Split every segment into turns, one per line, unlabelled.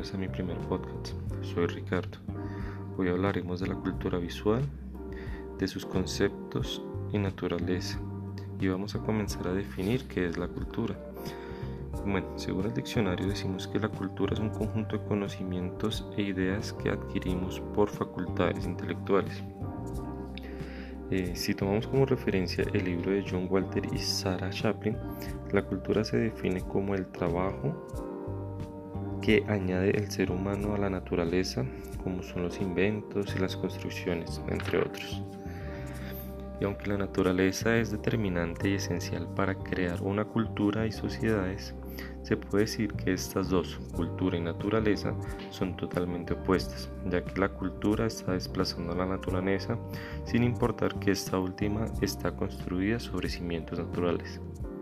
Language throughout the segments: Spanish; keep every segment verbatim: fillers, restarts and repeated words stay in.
bienvenidos a mi primer podcast. Soy Ricardo. Hoy hablaremos de la cultura visual, de sus conceptos y naturaleza, y vamos a comenzar a definir qué es la cultura. Bueno, según el diccionario decimos que la cultura es un conjunto de conocimientos e ideas que adquirimos por facultades intelectuales. Eh, si tomamos como referencia el libro de John Walter y Sarah Chaplin, la cultura se define como el trabajo que añade el ser humano a la naturaleza, como son los inventos y las construcciones, entre otros. Y aunque la naturaleza es determinante y esencial para crear una cultura y sociedades, se puede decir que estas dos, cultura y naturaleza, son totalmente opuestas, ya que la cultura está desplazando a la naturaleza sin importar que esta última está construida sobre cimientos naturales.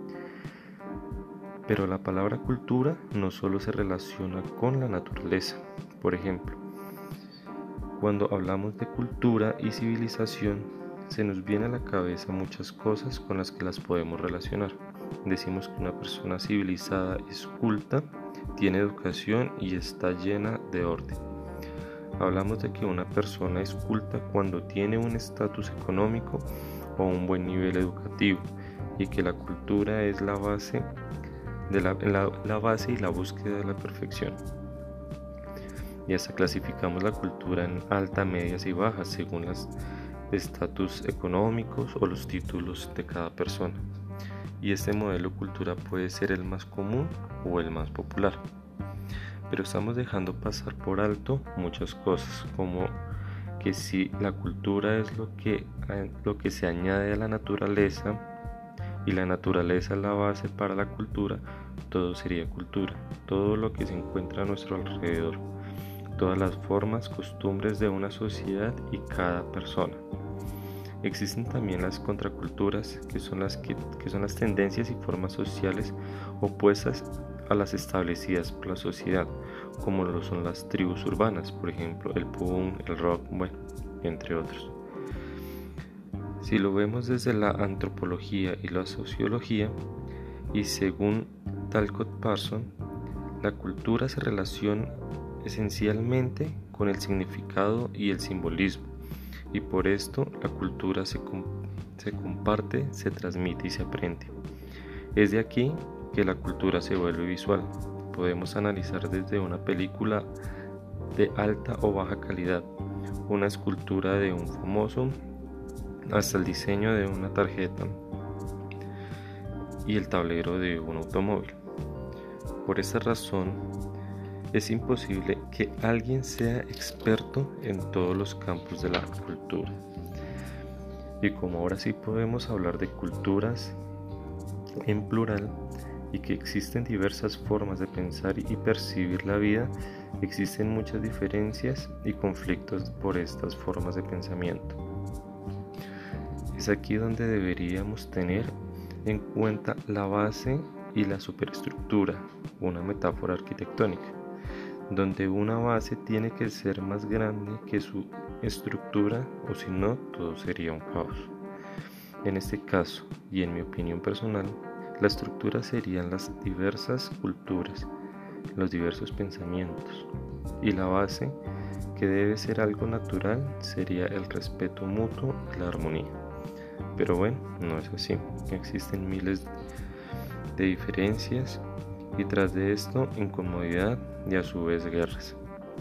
Pero la palabra cultura no solo se relaciona con la naturaleza. Por ejemplo, cuando hablamos de cultura y civilización, se nos viene a la cabeza muchas cosas con las que las podemos relacionar. Decimos que una persona civilizada es culta, tiene educación y está llena de orden. Hablamos de que una persona es culta cuando tiene un estatus económico o un buen nivel educativo, y que la cultura es la base de la, la, la base y la búsqueda de la perfección. Y hasta clasificamos la cultura en alta, medias y bajas según los estatus económicos o los títulos de cada persona. Y este modelo de cultura puede ser el más común o el más popular. Pero estamos dejando pasar por alto muchas cosas, como que si la cultura es lo que, lo que se añade a la naturaleza y la naturaleza es la base para la cultura, todo sería cultura, todo lo que se encuentra a nuestro alrededor, todas las formas, costumbres de una sociedad y cada persona. Existen también las contraculturas, que son las, que, que son las tendencias y formas sociales opuestas a las establecidas por la sociedad, como lo son las tribus urbanas, por ejemplo, el punk, el rock, bueno, entre otros. Si lo vemos desde la antropología y la sociología, y según Talcott Parsons, la cultura se relaciona esencialmente con el significado y el simbolismo, y por esto la cultura se, comp- se comparte, se transmite y se aprende. Es de aquí que la cultura se vuelve visual. Podemos analizar desde una película de alta o baja calidad, una escultura de un famoso, hasta el diseño de una tarjeta y el tablero de un automóvil. Por esta razón, es imposible que alguien sea experto en todos los campos de la cultura. Y como ahora sí podemos hablar de culturas en plural y que existen diversas formas de pensar y percibir la vida, existen muchas diferencias y conflictos por estas formas de pensamiento. Es aquí donde deberíamos tener en cuenta la base y la superestructura, una metáfora arquitectónica, donde una base tiene que ser más grande que su estructura, o si no, todo sería un caos. En este caso, y en mi opinión personal, la estructura serían las diversas culturas, los diversos pensamientos, y la base, que debe ser algo natural, sería el respeto mutuo y la armonía. Pero bueno, no es así, existen miles de diferencias y tras de esto incomodidad y a su vez guerras.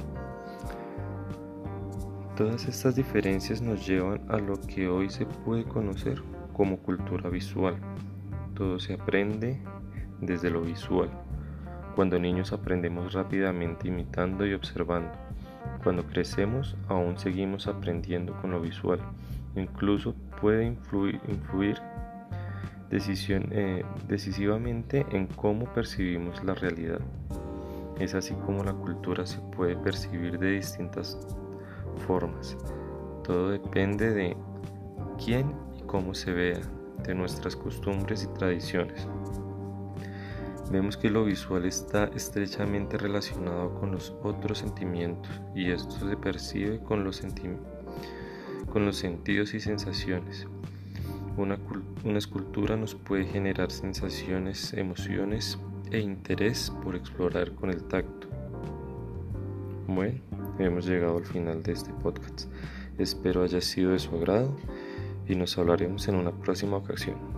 Todas estas diferencias nos llevan a lo que hoy se puede conocer como cultura visual. Todo se aprende desde lo visual. Cuando niños aprendemos rápidamente imitando y observando. Cuando crecemos aún seguimos aprendiendo con lo visual. Incluso puede influir, influir decisión, eh, decisivamente en cómo percibimos la realidad. Es así como la cultura se puede percibir de distintas formas. Todo depende de quién y cómo se vea, de nuestras costumbres y tradiciones. Vemos que lo visual está estrechamente relacionado con los otros sentimientos, y esto se percibe con los, senti- con los sentidos y sensaciones. Una, una escultura nos puede generar sensaciones, emociones e interés por explorar con el tacto. Bueno, hemos llegado al final de este podcast. Espero haya sido de su agrado y nos hablaremos en una próxima ocasión.